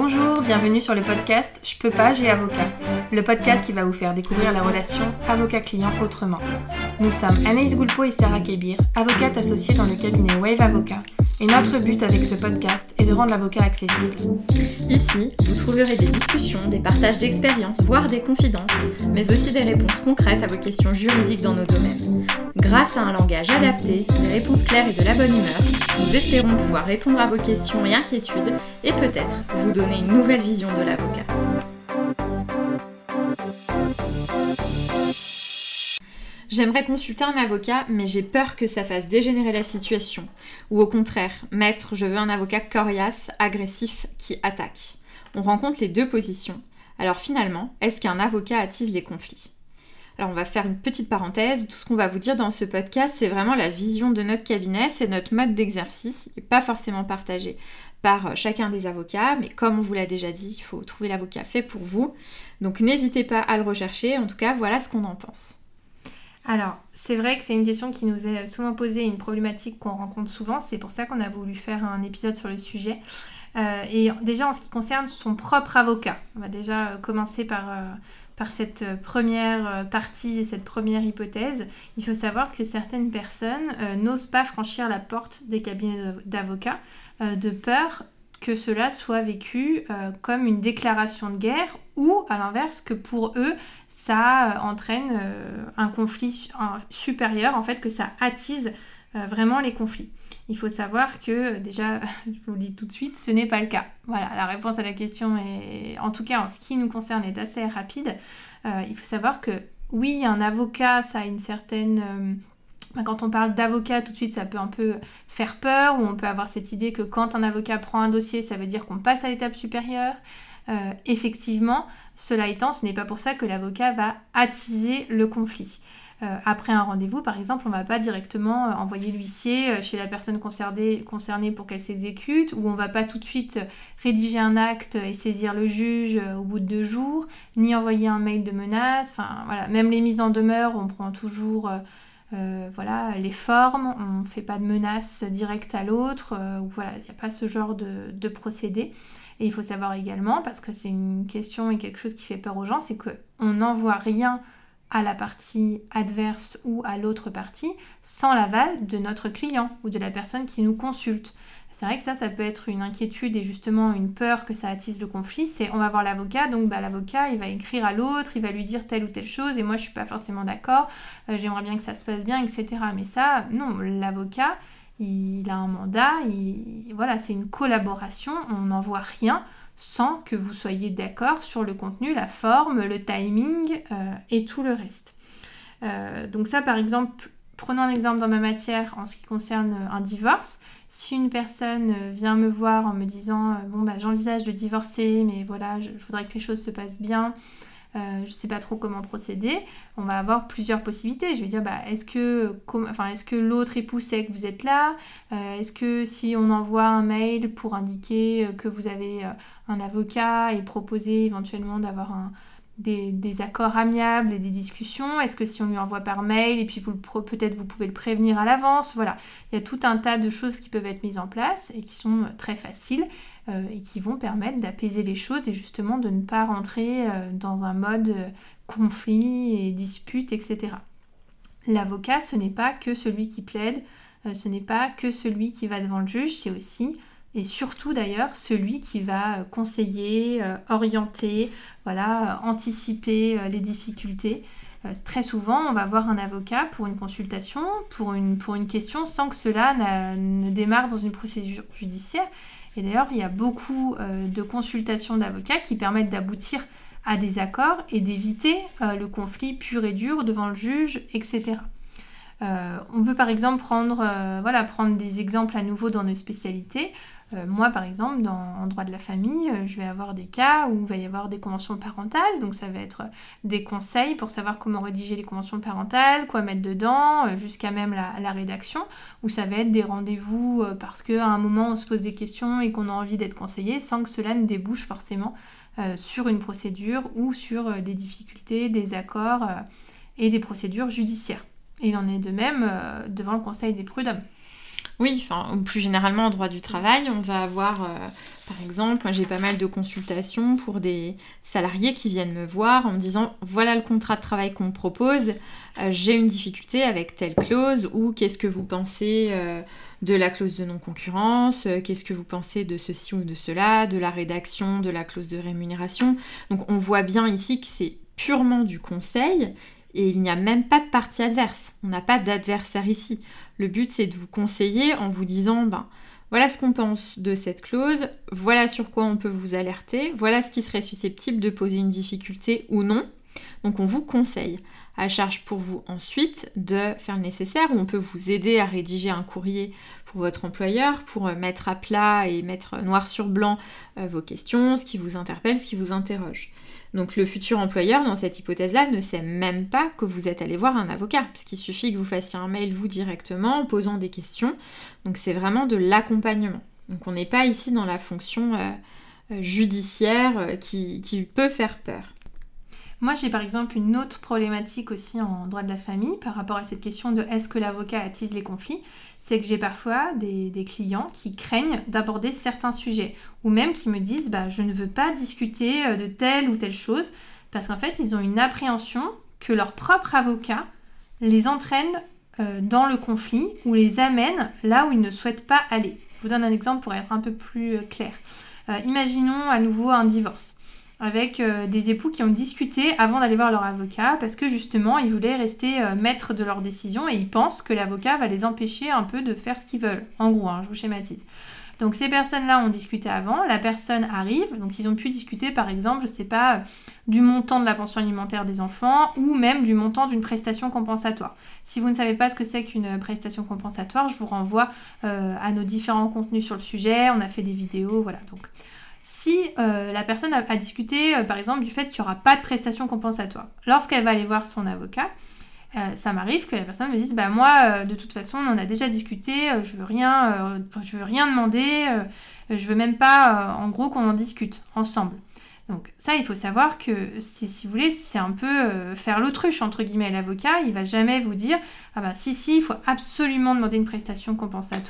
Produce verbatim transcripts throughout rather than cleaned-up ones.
Bonjour, bienvenue sur le podcast Je peux pas, j'ai avocat, le podcast qui va vous faire découvrir la relation avocat-client autrement. Nous sommes Anaïs Goulpeau et Sarah Kébir, avocates associées dans le cabinet Wave Avocat, et notre but avec ce podcast est de rendre l'avocat accessible. Ici, vous trouverez des discussions, des partages d'expériences, voire des confidences, mais aussi des réponses concrètes à vos questions juridiques dans nos domaines. Grâce à un langage adapté, des réponses claires et de la bonne humeur, nous espérons pouvoir répondre à vos questions et inquiétudes et peut-être vous donner une nouvelle vision de l'avocat. J'aimerais consulter un avocat, mais j'ai peur que ça fasse dégénérer la situation. Ou au contraire, maître, je veux un avocat coriace, agressif, qui attaque. On rencontre les deux positions. Alors finalement, est-ce qu'un avocat attise les conflits ? Alors on va faire une petite parenthèse. Tout ce qu'on va vous dire dans ce podcast, c'est vraiment la vision de notre cabinet, c'est notre mode d'exercice. Il n'est pas forcément partagé par chacun des avocats, mais comme on vous l'a déjà dit, il faut trouver l'avocat fait pour vous. Donc n'hésitez pas à le rechercher. En tout cas, voilà ce qu'on en pense. Alors, c'est vrai que c'est une question qui nous est souvent posée, une problématique qu'on rencontre souvent. C'est pour ça qu'on a voulu faire un épisode sur le sujet. Euh, et déjà, en ce qui concerne son propre avocat, on va déjà commencer par, euh, par cette première partie, cette première hypothèse. Il faut savoir que certaines personnes euh, n'osent pas franchir la porte des cabinets d'avocats euh, de peur que cela soit vécu euh, comme une déclaration de guerre ou, à l'inverse, que pour eux, ça euh, entraîne euh, un conflit un, supérieur, en fait, que ça attise euh, vraiment les conflits. Il faut savoir que, déjà, je vous le dis tout de suite, ce n'est pas le cas. Voilà, la réponse à la question est, en tout cas, en ce qui nous concerne, est assez rapide. Euh, il faut savoir que, oui, un avocat, ça a une certaine... Euh, Quand on parle d'avocat, tout de suite, ça peut un peu faire peur, ou on peut avoir cette idée que quand un avocat prend un dossier, ça veut dire qu'on passe à l'étape supérieure. Euh, effectivement, cela étant, ce n'est pas pour ça que l'avocat va attiser le conflit. Euh, après un rendez-vous, par exemple, on ne va pas directement envoyer l'huissier chez la personne concernée, concernée pour qu'elle s'exécute, ou on ne va pas tout de suite rédiger un acte et saisir le juge au bout de deux jours, ni envoyer un mail de menace. Enfin, voilà. Même les mises en demeure, on prend toujours... Euh, Euh, voilà, les formes, on ne fait pas de menaces directes à l'autre, euh, voilà, il n'y a pas ce genre de, de procédé. Et il faut savoir également, parce que c'est une question et quelque chose qui fait peur aux gens, c'est qu'on n'envoie rien à la partie adverse ou à l'autre partie sans l'aval de notre client ou de la personne qui nous consulte. C'est vrai que ça, ça peut être une inquiétude et justement une peur que ça attise le conflit. C'est on va voir l'avocat, donc bah, l'avocat, il va écrire à l'autre, il va lui dire telle ou telle chose et moi, je suis pas forcément d'accord, euh, j'aimerais bien que ça se passe bien, et cetera. Mais ça, non, l'avocat, il a un mandat, il, voilà, c'est une collaboration, on n'envoie rien sans que vous soyez d'accord sur le contenu, la forme, le timing euh, et tout le reste. Euh, donc ça, par exemple, prenons un exemple dans ma matière en ce qui concerne un divorce. Si une personne vient me voir en me disant « Bon, bah, j'envisage de divorcer, mais voilà, je, je voudrais que les choses se passent bien, euh, je ne sais pas trop comment procéder », on va avoir plusieurs possibilités. Je vais dire bah, « Est-ce que, com- enfin, est-ce que l'autre époux sait que vous êtes là ? euh, Est-ce que si on envoie un mail pour indiquer que vous avez euh, un avocat et proposer éventuellement d'avoir un... Des, des accords amiables et des discussions, est-ce que si on lui envoie par mail et puis vous le, peut-être vous pouvez le prévenir à l'avance, voilà, il y a tout un tas de choses qui peuvent être mises en place et qui sont très faciles euh, et qui vont permettre d'apaiser les choses et justement de ne pas rentrer euh, dans un mode euh, conflit et dispute, et cetera. L'avocat, ce n'est pas que celui qui plaide, euh, ce n'est pas que celui qui va devant le juge, c'est aussi et surtout d'ailleurs celui qui va conseiller, euh, orienter, voilà, euh, anticiper euh, les difficultés. Euh, très souvent, on va voir un avocat pour une consultation, pour une, pour une question, sans que cela ne démarre dans une procédure judiciaire. Et d'ailleurs, il y a beaucoup euh, de consultations d'avocats qui permettent d'aboutir à des accords et d'éviter euh, le conflit pur et dur devant le juge, et cetera. Euh, on peut par exemple prendre, euh, voilà, prendre des exemples à nouveau dans nos spécialités. Euh, moi, par exemple, dans, en droit de la famille, euh, je vais avoir des cas où il va y avoir des conventions parentales. Donc, ça va être des conseils pour savoir comment rédiger les conventions parentales, quoi mettre dedans, euh, jusqu'à même la, la rédaction. Ou ça va être des rendez-vous euh, parce qu'à un moment, on se pose des questions et qu'on a envie d'être conseillé sans que cela ne débouche forcément euh, sur une procédure ou sur euh, des difficultés, des accords euh, et des procédures judiciaires. Et il en est de même euh, devant le Conseil des prud'hommes. Oui, enfin, plus généralement en droit du travail, on va avoir, euh, par exemple, moi j'ai pas mal de consultations pour des salariés qui viennent me voir en me disant « Voilà le contrat de travail qu'on me propose, euh, j'ai une difficulté avec telle clause » ou « Qu'est-ce que vous pensez euh, de la clause de non-concurrence ? Qu'est-ce que vous pensez de ceci ou de cela, de la rédaction, de la clause de rémunération ?» Donc on voit bien ici que c'est purement du conseil et il n'y a même pas de partie adverse. On n'a pas d'adversaire ici. Le but, c'est de vous conseiller en vous disant, ben, voilà ce qu'on pense de cette clause, voilà sur quoi on peut vous alerter, voilà ce qui serait susceptible de poser une difficulté ou non. Donc on vous conseille. À charge pour vous ensuite de faire le nécessaire, ou on peut vous aider à rédiger un courrier pour votre employeur, pour mettre à plat et mettre noir sur blanc euh, vos questions, ce qui vous interpelle, ce qui vous interroge. Donc le futur employeur, dans cette hypothèse-là, ne sait même pas que vous êtes allé voir un avocat, parce qu'il suffit que vous fassiez un mail vous directement en posant des questions. Donc c'est vraiment de l'accompagnement. Donc on n'est pas ici dans la fonction euh, judiciaire euh, qui, qui peut faire peur. Moi, j'ai par exemple une autre problématique aussi en droit de la famille par rapport à cette question de est-ce que l'avocat attise les conflits, c'est que j'ai parfois des, des clients qui craignent d'aborder certains sujets ou même qui me disent bah, je ne veux pas discuter de telle ou telle chose parce qu'en fait, ils ont une appréhension que leur propre avocat les entraîne euh, dans le conflit ou les amène là où ils ne souhaitent pas aller. Je vous donne un exemple pour être un peu plus clair. Euh, imaginons à nouveau un divorce. Avec euh, des époux qui ont discuté avant d'aller voir leur avocat parce que justement ils voulaient rester euh, maîtres de leur décision et ils pensent que l'avocat va les empêcher un peu de faire ce qu'ils veulent. En gros, hein, je vous schématise. Donc ces personnes-là ont discuté avant, la personne arrive, donc ils ont pu discuter par exemple, je sais pas, euh, du montant de la pension alimentaire des enfants ou même du montant d'une prestation compensatoire. Si vous ne savez pas ce que c'est qu'une prestation compensatoire, je vous renvoie euh, à nos différents contenus sur le sujet, on a fait des vidéos, voilà. Donc si euh, la personne a, a discuté, euh, par exemple, du fait qu'il n'y aura pas de prestation compensatoire, lorsqu'elle va aller voir son avocat, euh, ça m'arrive que la personne me dise bah, « Moi, euh, de toute façon, on en a déjà discuté, euh, je veux rien, euh, je veux rien demander, euh, je veux même pas, euh, en gros, qu'on en discute ensemble. » Donc ça, il faut savoir que, c'est, si vous voulez, c'est un peu euh, faire l'autruche, entre guillemets. L'avocat, il va jamais vous dire « Ah bah si, si, il faut absolument demander une prestation compensatoire. »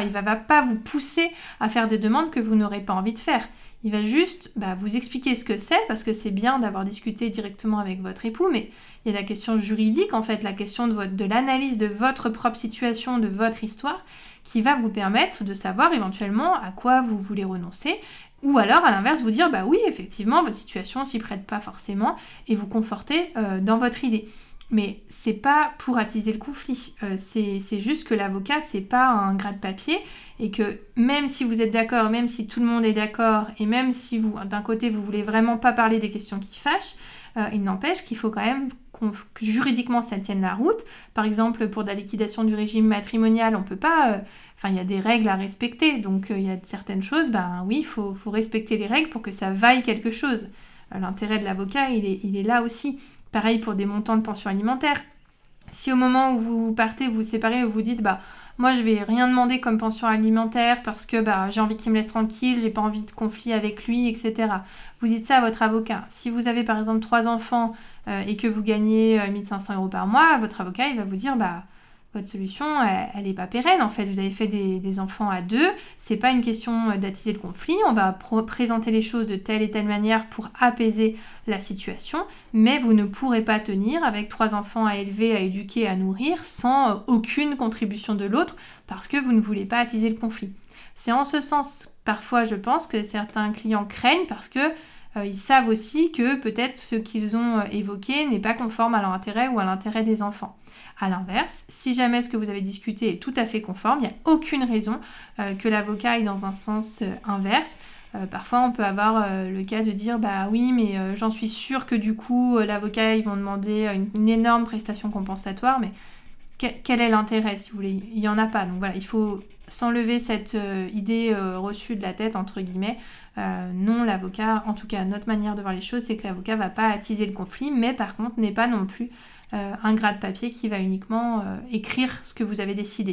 Il va, va pas vous pousser à faire des demandes que vous n'aurez pas envie de faire. Il va juste bah, vous expliquer ce que c'est, parce que c'est bien d'avoir discuté directement avec votre époux, mais il y a la question juridique, en fait, la question de, votre, de l'analyse de votre propre situation, de votre histoire, qui va vous permettre de savoir éventuellement à quoi vous voulez renoncer, ou alors, à l'inverse, vous dire, bah oui, effectivement, votre situation s'y prête pas forcément, et vous conforter euh, dans votre idée. Mais c'est pas pour attiser le conflit, euh, c'est, c'est juste que l'avocat, c'est pas un gras de papier, et que même si vous êtes d'accord, même si tout le monde est d'accord, et même si vous, d'un côté, vous voulez vraiment pas parler des questions qui fâchent, euh, il n'empêche qu'il faut quand même qu'on, que juridiquement ça tienne la route. Par exemple, pour la liquidation du régime matrimonial, on peut pas... Euh, Enfin, il y a des règles à respecter, donc euh, il y a certaines choses, ben oui, il faut, faut respecter les règles pour que ça vaille quelque chose. Euh, l'intérêt de l'avocat, il est, il est là aussi. Pareil pour des montants de pension alimentaire. Si au moment où vous partez, vous vous séparez, vous vous dites, bah moi je vais rien demander comme pension alimentaire parce que bah, j'ai envie qu'il me laisse tranquille, j'ai pas envie de conflit avec lui, et cetera. Vous dites ça à votre avocat. Si vous avez par exemple trois enfants euh, et que vous gagnez euh, mille cinq cents euros par mois, votre avocat il va vous dire, bah votre solution, elle n'est pas pérenne. En fait, vous avez fait des, des enfants à deux. C'est pas une question d'attiser le conflit. On va pro- présenter les choses de telle et telle manière pour apaiser la situation. Mais vous ne pourrez pas tenir avec trois enfants à élever, à éduquer, à nourrir sans euh, aucune contribution de l'autre parce que vous ne voulez pas attiser le conflit. C'est en ce sens, parfois, je pense, que certains clients craignent parce que euh, ils savent aussi que peut-être ce qu'ils ont euh, évoqué n'est pas conforme à leur intérêt ou à l'intérêt des enfants. A l'inverse, si jamais ce que vous avez discuté est tout à fait conforme, il n'y a aucune raison euh, que l'avocat aille dans un sens euh, inverse. Euh, parfois, on peut avoir euh, le cas de dire « bah oui, mais euh, j'en suis sûre que du coup, euh, l'avocat, ils vont demander une, une énorme prestation compensatoire, mais que, quel est l'intérêt, si vous voulez ? Il n'y en a pas. » Donc voilà, il faut s'enlever cette euh, idée euh, reçue de la tête, entre guillemets. Euh, non, l'avocat, en tout cas, notre manière de voir les choses, c'est que l'avocat ne va pas attiser le conflit, mais par contre, n'est pas non plus Euh, un gras de papier qui va uniquement euh, écrire ce que vous avez décidé.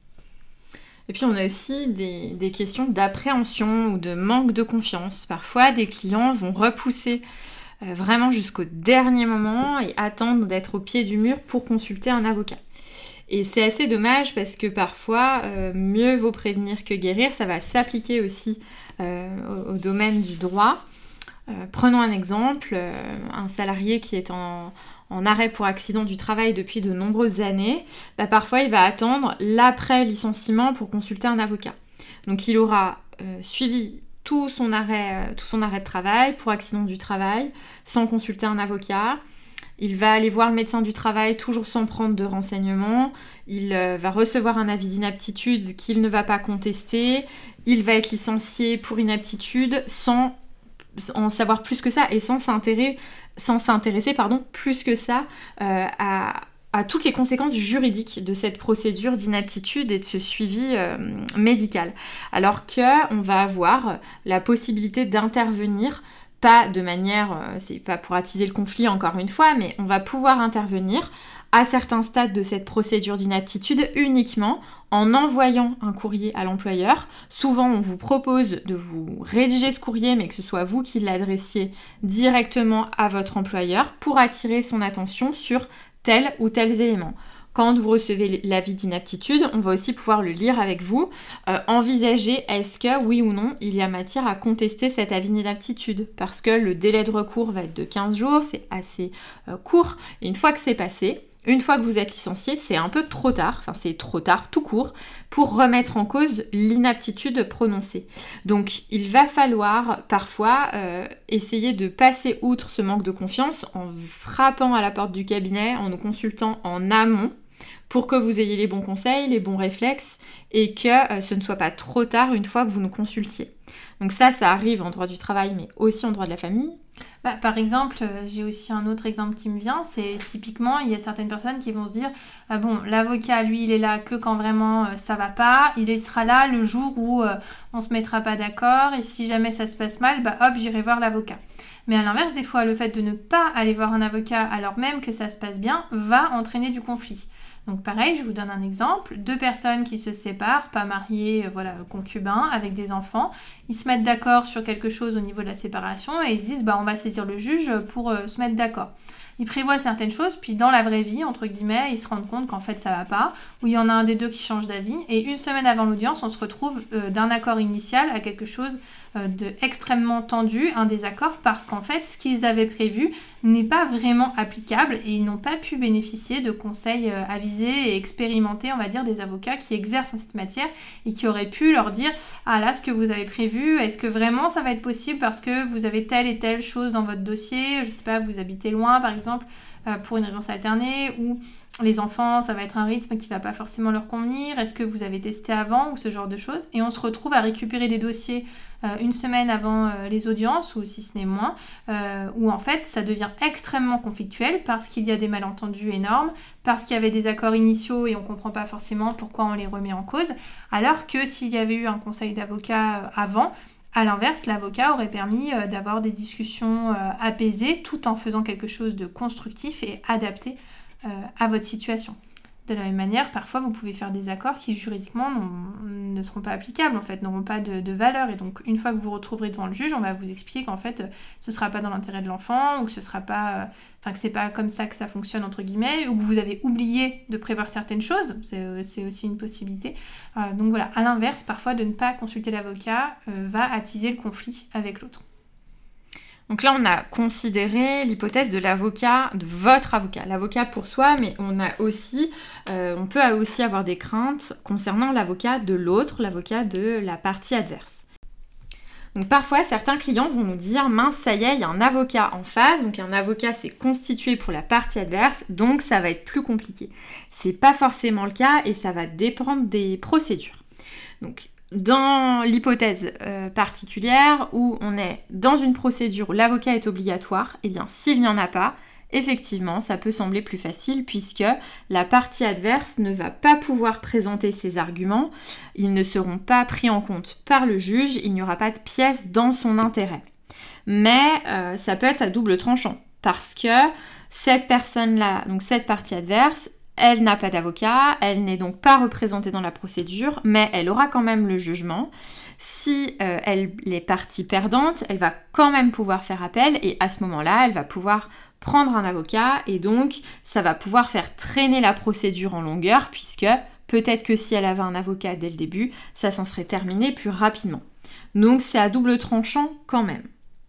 Et puis on a aussi des, des questions d'appréhension ou de manque de confiance. Parfois, des clients vont repousser euh, vraiment jusqu'au dernier moment et attendre d'être au pied du mur pour consulter un avocat. Et c'est assez dommage parce que parfois, euh, mieux vaut prévenir que guérir. Ça va s'appliquer aussi euh, au, au domaine du droit. Euh, prenons un exemple, euh, un salarié qui est en, en arrêt pour accident du travail depuis de nombreuses années, bah parfois il va attendre l'après-licenciement pour consulter un avocat. Donc il aura euh, suivi tout son, arrêt, euh, tout son arrêt de travail pour accident du travail sans consulter un avocat. Il va aller voir le médecin du travail toujours sans prendre de renseignements. Il euh, va recevoir un avis d'inaptitude qu'il ne va pas contester. Il va être licencié pour inaptitude sans en savoir plus que ça et sans s'intéresser, sans s'intéresser pardon, plus que ça euh, à, à toutes les conséquences juridiques de cette procédure d'inaptitude et de ce suivi euh, médical. Alors qu'on va avoir la possibilité d'intervenir, pas de manière, euh, c'est pas pour attiser le conflit encore une fois, mais on va pouvoir intervenir à certains stades de cette procédure d'inaptitude uniquement en envoyant un courrier à l'employeur. Souvent, on vous propose de vous rédiger ce courrier, mais que ce soit vous qui l'adressiez directement à votre employeur pour attirer son attention sur tel ou tels éléments. Quand vous recevez l'avis d'inaptitude, on va aussi pouvoir le lire avec vous. Euh, envisager est-ce que, oui ou non, il y a matière à contester cet avis d'inaptitude. Parce que le délai de recours va être de quinze jours, c'est assez euh, court. Et une fois que c'est passé, une fois que vous êtes licencié, c'est un peu trop tard, enfin c'est trop tard tout court, pour remettre en cause l'inaptitude prononcée. Donc il va falloir parfois euh, essayer de passer outre ce manque de confiance en frappant à la porte du cabinet, en nous consultant en amont, pour que vous ayez les bons conseils, les bons réflexes, et que euh, ce ne soit pas trop tard une fois que vous nous consultiez. Donc ça, ça arrive en droit du travail, mais aussi en droit de la famille. Bah, par exemple, euh, j'ai aussi un autre exemple qui me vient, c'est typiquement, il y a certaines personnes qui vont se dire ah bon, l'avocat, lui, il est là que quand vraiment euh, ça va pas, il sera là le jour où euh, on se mettra pas d'accord, et si jamais ça se passe mal, bah hop, j'irai voir l'avocat. Mais à l'inverse, des fois, le fait de ne pas aller voir un avocat alors même que ça se passe bien, va entraîner du conflit. Donc pareil, je vous donne un exemple, deux personnes qui se séparent, pas mariées, euh, voilà, concubins, avec des enfants, ils se mettent d'accord sur quelque chose au niveau de la séparation et ils se disent bah on va saisir le juge pour euh, se mettre d'accord. Ils prévoient certaines choses, puis dans la vraie vie, entre guillemets, ils se rendent compte qu'en fait ça va pas, ou il y en a un des deux qui change d'avis, et une semaine avant l'audience, on se retrouve euh, d'un accord initial à quelque chose euh, de extrêmement tendu, un désaccord, parce qu'en fait, ce qu'ils avaient prévu n'est pas vraiment applicable, et ils n'ont pas pu bénéficier de conseils euh, avisés et expérimentés, on va dire, des avocats qui exercent en cette matière, et qui auraient pu leur dire, ah là, ce que vous avez prévu, est-ce que vraiment ça va être possible parce que vous avez telle et telle chose dans votre dossier, je sais pas, vous habitez loin, par exemple, Euh, pour une résidence alternée, ou les enfants, ça va être un rythme qui va pas forcément leur convenir, est-ce que vous avez testé avant, ou ce genre de choses, et on se retrouve à récupérer des dossiers euh, une semaine avant euh, les audiences, ou si ce n'est moins, euh, où en fait ça devient extrêmement conflictuel parce qu'il y a des malentendus énormes, parce qu'il y avait des accords initiaux et on comprend pas forcément pourquoi on les remet en cause, alors que s'il y avait eu un conseil d'avocat euh, avant, à l'inverse, l'avocat aurait permis euh, d'avoir des discussions euh, apaisées tout en faisant quelque chose de constructif et adapté euh, à votre situation. De la même manière, parfois vous pouvez faire des accords qui juridiquement ne seront pas applicables, en fait, n'auront pas de, de valeur. Et donc une fois que vous vous retrouverez devant le juge, on va vous expliquer qu'en fait ce ne sera pas dans l'intérêt de l'enfant, ou que ce sera pas, euh, enfin que c'est pas comme ça que ça fonctionne entre guillemets, ou que vous avez oublié de prévoir certaines choses, c'est, c'est aussi une possibilité. Euh, donc voilà, à l'inverse, parfois de ne pas consulter l'avocat euh, va attiser le conflit avec l'autre. Donc là, on a considéré l'hypothèse de l'avocat, de votre avocat, l'avocat pour soi, mais on a aussi, euh, on peut aussi avoir des craintes concernant l'avocat de l'autre, l'avocat de la partie adverse. Donc parfois, certains clients vont nous dire « mince, ça y est, il y a un avocat en face, donc un avocat s'est constitué pour la partie adverse, donc ça va être plus compliqué ». C'est pas forcément le cas et ça va dépendre des procédures. Donc, dans l'hypothèse euh, particulière où on est dans une procédure où l'avocat est obligatoire, eh bien s'il n'y en a pas, effectivement ça peut sembler plus facile puisque la partie adverse ne va pas pouvoir présenter ses arguments, ils ne seront pas pris en compte par le juge, il n'y aura pas de pièce dans son intérêt. Mais euh, ça peut être à double tranchant parce que cette personne-là, donc cette partie adverse, elle n'a pas d'avocat, elle n'est donc pas représentée dans la procédure, mais elle aura quand même le jugement. Si euh, elle est partie perdante, elle va quand même pouvoir faire appel et à ce moment-là, elle va pouvoir prendre un avocat et donc ça va pouvoir faire traîner la procédure en longueur puisque peut-être que si elle avait un avocat dès le début, ça s'en serait terminé plus rapidement. Donc c'est à double tranchant quand même.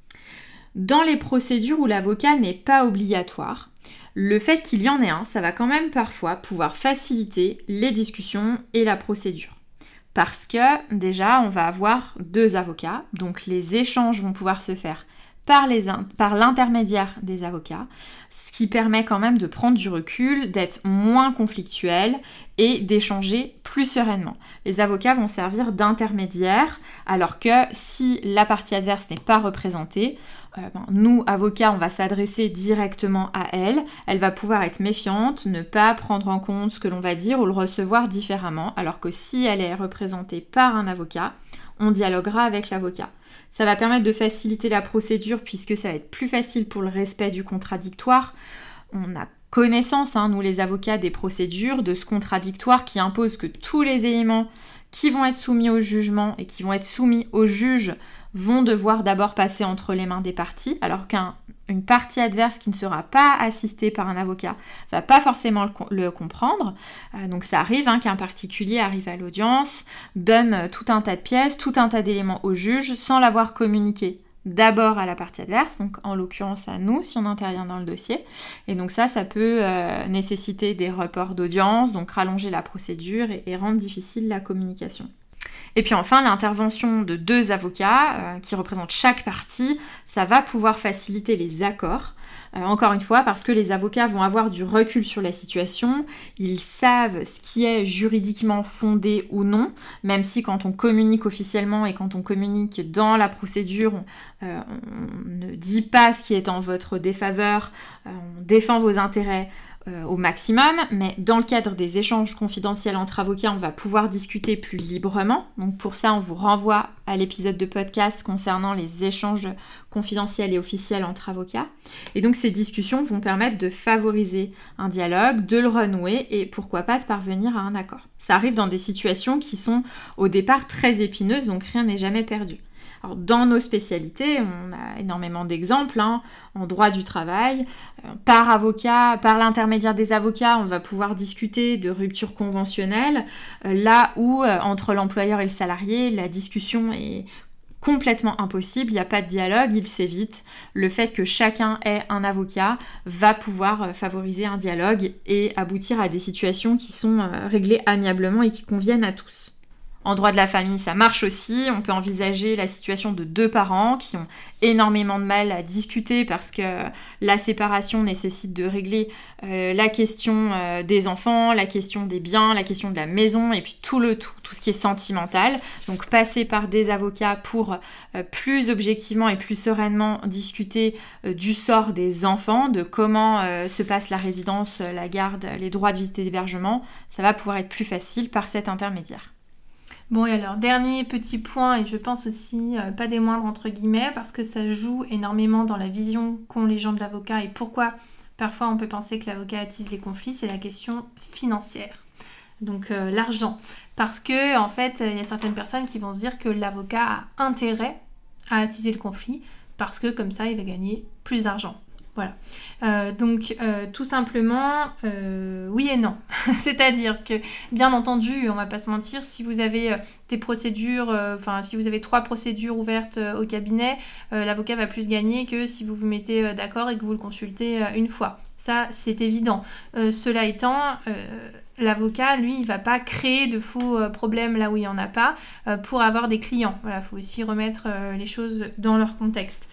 Dans les procédures où l'avocat n'est pas obligatoire, le fait qu'il y en ait un, ça va quand même parfois pouvoir faciliter les discussions et la procédure. Parce que déjà, on va avoir deux avocats, donc les échanges vont pouvoir se faire par, les in- par l'intermédiaire des avocats, ce qui permet quand même de prendre du recul, d'être moins conflictuel et d'échanger plus sereinement. Les avocats vont servir d'intermédiaire, alors que si la partie adverse n'est pas représentée, euh, ben, nous, avocats, on va s'adresser directement à elle, elle va pouvoir être méfiante, ne pas prendre en compte ce que l'on va dire ou le recevoir différemment, alors que si elle est représentée par un avocat, on dialoguera avec l'avocat. Ça va permettre de faciliter la procédure puisque ça va être plus facile pour le respect du contradictoire. On a connaissance, hein, nous les avocats, des procédures, de ce contradictoire qui impose que tous les éléments qui vont être soumis au jugement et qui vont être soumis au juge vont devoir d'abord passer entre les mains des parties, alors qu'une partie adverse qui ne sera pas assistée par un avocat va pas forcément le, le comprendre. Euh, donc ça arrive hein, qu'un particulier arrive à l'audience, donne tout un tas de pièces, tout un tas d'éléments au juge sans l'avoir communiqué d'abord à la partie adverse, donc en l'occurrence à nous si on intervient dans le dossier. Et donc ça, ça peut euh, nécessiter des reports d'audience, donc rallonger la procédure et, et rendre difficile la communication. Et puis enfin, l'intervention de deux avocats euh, qui représentent chaque partie, ça va pouvoir faciliter les accords. Euh, encore une fois, parce que les avocats vont avoir du recul sur la situation, ils savent ce qui est juridiquement fondé ou non, même si quand on communique officiellement et quand on communique dans la procédure, on, euh, on ne dit pas ce qui est en votre défaveur, euh, on défend vos intérêts Euh, au maximum, mais dans le cadre des échanges confidentiels entre avocats, on va pouvoir discuter plus librement. Donc pour ça, on vous renvoie à l'épisode de podcast concernant les échanges confidentiels et officiels entre avocats. Et donc ces discussions vont permettre de favoriser un dialogue, de le renouer et pourquoi pas de parvenir à un accord. Ça arrive dans des situations qui sont au départ très épineuses, donc rien n'est jamais perdu. Alors, dans nos spécialités, on a énormément d'exemples, hein, en droit du travail, euh, par avocat, par l'intermédiaire des avocats, on va pouvoir discuter de rupture conventionnelle, euh, là où, euh, entre l'employeur et le salarié, la discussion est complètement impossible, il n'y a pas de dialogue, il s'évite. Le fait que chacun ait un avocat va pouvoir euh, favoriser un dialogue et aboutir à des situations qui sont euh, réglées amiablement et qui conviennent à tous. En droit de la famille, ça marche aussi. On peut envisager la situation de deux parents qui ont énormément de mal à discuter parce que la séparation nécessite de régler euh, la question euh, des enfants, la question des biens, la question de la maison et puis tout le tout, tout ce qui est sentimental. Donc passer par des avocats pour euh, plus objectivement et plus sereinement discuter euh, du sort des enfants, de comment euh, se passe la résidence, la garde, les droits de visite et d'hébergement, ça va pouvoir être plus facile par cet intermédiaire. Bon et alors, dernier petit point, et je pense aussi euh, pas des moindres entre guillemets, parce que ça joue énormément dans la vision qu'ont les gens de l'avocat et pourquoi parfois on peut penser que l'avocat attise les conflits, c'est la question financière. Donc euh, l'argent. Parce que en fait, il y a certaines personnes qui vont se dire que l'avocat a intérêt à attiser le conflit parce que comme ça, il va gagner plus d'argent. Voilà. Euh, donc, euh, tout simplement, euh, oui et non. C'est-à-dire que, bien entendu, on va pas se mentir, si vous avez euh, des procédures, enfin, euh, si vous avez trois procédures ouvertes euh, au cabinet, euh, l'avocat va plus gagner que si vous vous mettez euh, d'accord et que vous le consultez euh, une fois. Ça, c'est évident. Euh, cela étant, euh, l'avocat, lui, il va pas créer de faux euh, problèmes là où il y en a pas euh, pour avoir des clients. Voilà, il faut aussi remettre euh, les choses dans leur contexte.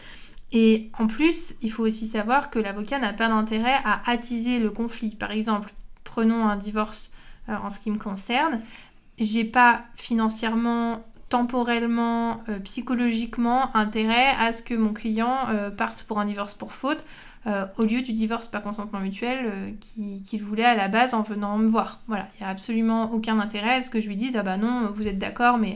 Et en plus, il faut aussi savoir que l'avocat n'a pas d'intérêt à attiser le conflit. Par exemple, prenons un divorce euh, en ce qui me concerne. J'ai pas financièrement, temporellement, euh, psychologiquement intérêt à ce que mon client euh, parte pour un divorce pour faute euh, au lieu du divorce par consentement mutuel euh, qu'il, qu'il voulait à la base en venant me voir. Voilà, il n'y a absolument aucun intérêt à ce que je lui dise « Ah bah non, vous êtes d'accord, mais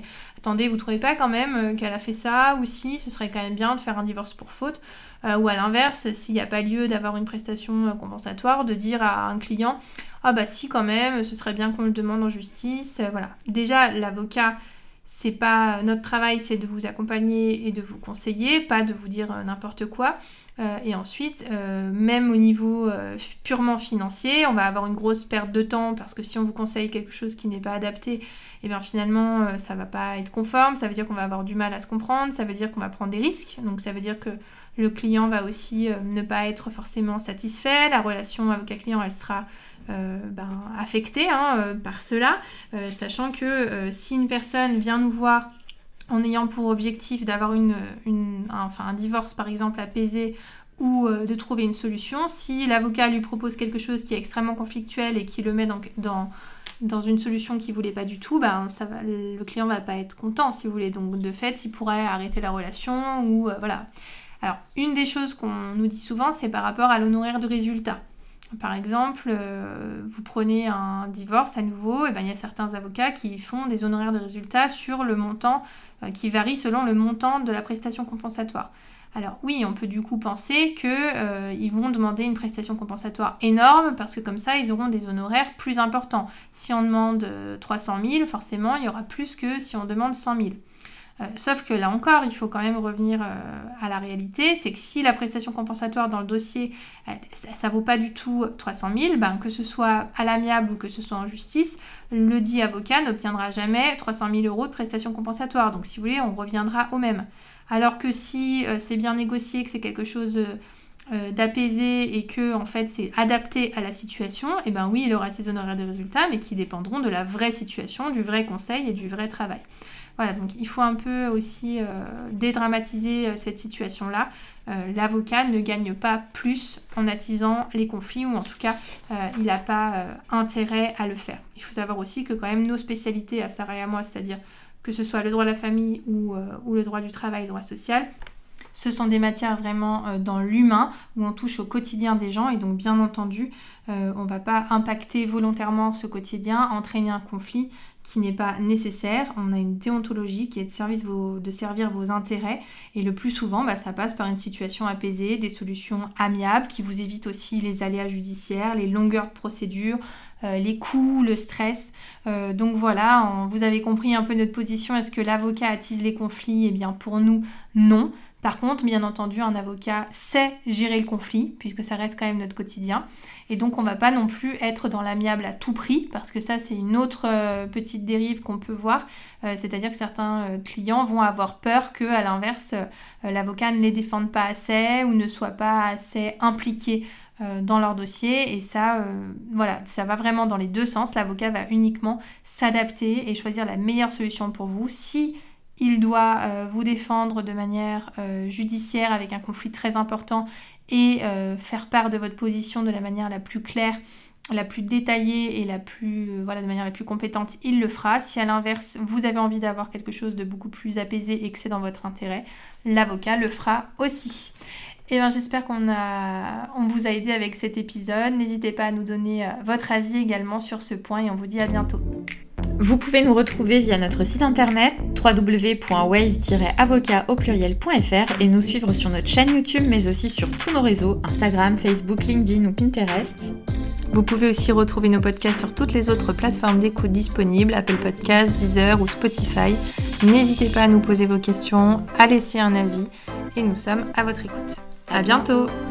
attendez, vous trouvez pas quand même qu'elle a fait ça, ou si ce serait quand même bien de faire un divorce pour faute, euh, ou à l'inverse, s'il n'y a pas lieu d'avoir une prestation compensatoire, de dire à un client ah bah si quand même, ce serait bien qu'on le demande en justice, euh, voilà. Déjà l'avocat, c'est pas notre travail, c'est de vous accompagner et de vous conseiller, pas de vous dire euh, n'importe quoi. Euh, et ensuite, euh, même au niveau euh, purement financier, on va avoir une grosse perte de temps parce que si on vous conseille quelque chose qui n'est pas adapté, et bien finalement euh, ça va pas être conforme, ça veut dire qu'on va avoir du mal à se comprendre, ça veut dire qu'on va prendre des risques, donc ça veut dire que le client va aussi euh, ne pas être forcément satisfait, la relation avocat-client elle sera euh, ben, affectée hein, euh, par cela, euh, sachant que euh, si une personne vient nous voir en ayant pour objectif d'avoir une, une, un, enfin, un divorce par exemple apaisé ou euh, de trouver une solution, si l'avocat lui propose quelque chose qui est extrêmement conflictuel et qui le met dans, dans, dans une solution qu'il ne voulait pas du tout, ben, ça va, le client ne va pas être content si vous voulez. Donc de fait, il pourrait arrêter la relation ou euh, voilà. Alors une des choses qu'on nous dit souvent, c'est par rapport à l'honoraire de résultat. Par exemple, euh, vous prenez un divorce à nouveau, et ben, il y a certains avocats qui font des honoraires de résultat sur le montant euh, qui varie selon le montant de la prestation compensatoire. Alors oui, on peut du coup penser qu'ils euh, vont demander une prestation compensatoire énorme parce que comme ça, ils auront des honoraires plus importants. Si on demande euh, trois cent mille, forcément, il y aura plus que si on demande cent mille. Euh, sauf que là encore, il faut quand même revenir euh, à la réalité, c'est que si la prestation compensatoire dans le dossier, elle, ça ne vaut pas du tout trois cent mille, ben, que ce soit à l'amiable ou que ce soit en justice, le dit avocat n'obtiendra jamais trois cent mille euros de prestation compensatoire. Donc si vous voulez, on reviendra au même. Alors que si euh, c'est bien négocié, que c'est quelque chose euh, d'apaisé et que en fait c'est adapté à la situation, et ben oui, il aura ses honoraires de résultats, mais qui dépendront de la vraie situation, du vrai conseil et du vrai travail. Voilà, donc il faut un peu aussi euh, dédramatiser euh, cette situation-là. Euh, l'avocat ne gagne pas plus en attisant les conflits, ou en tout cas, euh, il n'a pas euh, intérêt à le faire. Il faut savoir aussi que quand même nos spécialités, à Sarah et à moi, c'est-à-dire que ce soit le droit de la famille ou, euh, ou le droit du travail, le droit social, ce sont des matières vraiment euh, dans l'humain, où on touche au quotidien des gens, et donc bien entendu, euh, on ne va pas impacter volontairement ce quotidien, entraîner un conflit qui n'est pas nécessaire. On a une déontologie qui est de, service vos, de servir vos intérêts, et le plus souvent, bah, ça passe par une situation apaisée, des solutions amiables qui vous évitent aussi les aléas judiciaires, les longueurs de procédure, euh, les coûts, le stress. Euh, donc voilà, on, vous avez compris un peu notre position. Est-ce que l'avocat attise les conflits ? Eh bien pour nous, non. Par contre, bien entendu, un avocat sait gérer le conflit, puisque ça reste quand même notre quotidien. Et donc, on ne va pas non plus être dans l'amiable à tout prix, parce que ça, c'est une autre euh, petite dérive qu'on peut voir. Euh, c'est-à-dire que certains euh, clients vont avoir peur que, à l'inverse, euh, l'avocat ne les défende pas assez ou ne soit pas assez impliqué euh, dans leur dossier. Et ça, euh, voilà, ça va vraiment dans les deux sens. L'avocat va uniquement s'adapter et choisir la meilleure solution pour vous. Si il doit euh, vous défendre de manière euh, judiciaire avec un conflit très important et euh, faire part de votre position de la manière la plus claire, la plus détaillée et la plus, euh, voilà, de manière la plus compétente, il le fera. Si à l'inverse, vous avez envie d'avoir quelque chose de beaucoup plus apaisé et que c'est dans votre intérêt, l'avocat le fera aussi. Et bien, j'espère qu'on a, on vous a aidé avec cet épisode. N'hésitez pas à nous donner euh, votre avis également sur ce point, et on vous dit à bientôt. Vous pouvez nous retrouver via notre site internet w w w point wave tiret avocat au pluriel point f r et nous suivre sur notre chaîne YouTube, mais aussi sur tous nos réseaux, Instagram, Facebook, LinkedIn ou Pinterest. Vous pouvez aussi retrouver nos podcasts sur toutes les autres plateformes d'écoute disponibles, Apple Podcasts, Deezer ou Spotify. N'hésitez pas à nous poser vos questions, à laisser un avis, et nous sommes à votre écoute. À bientôt!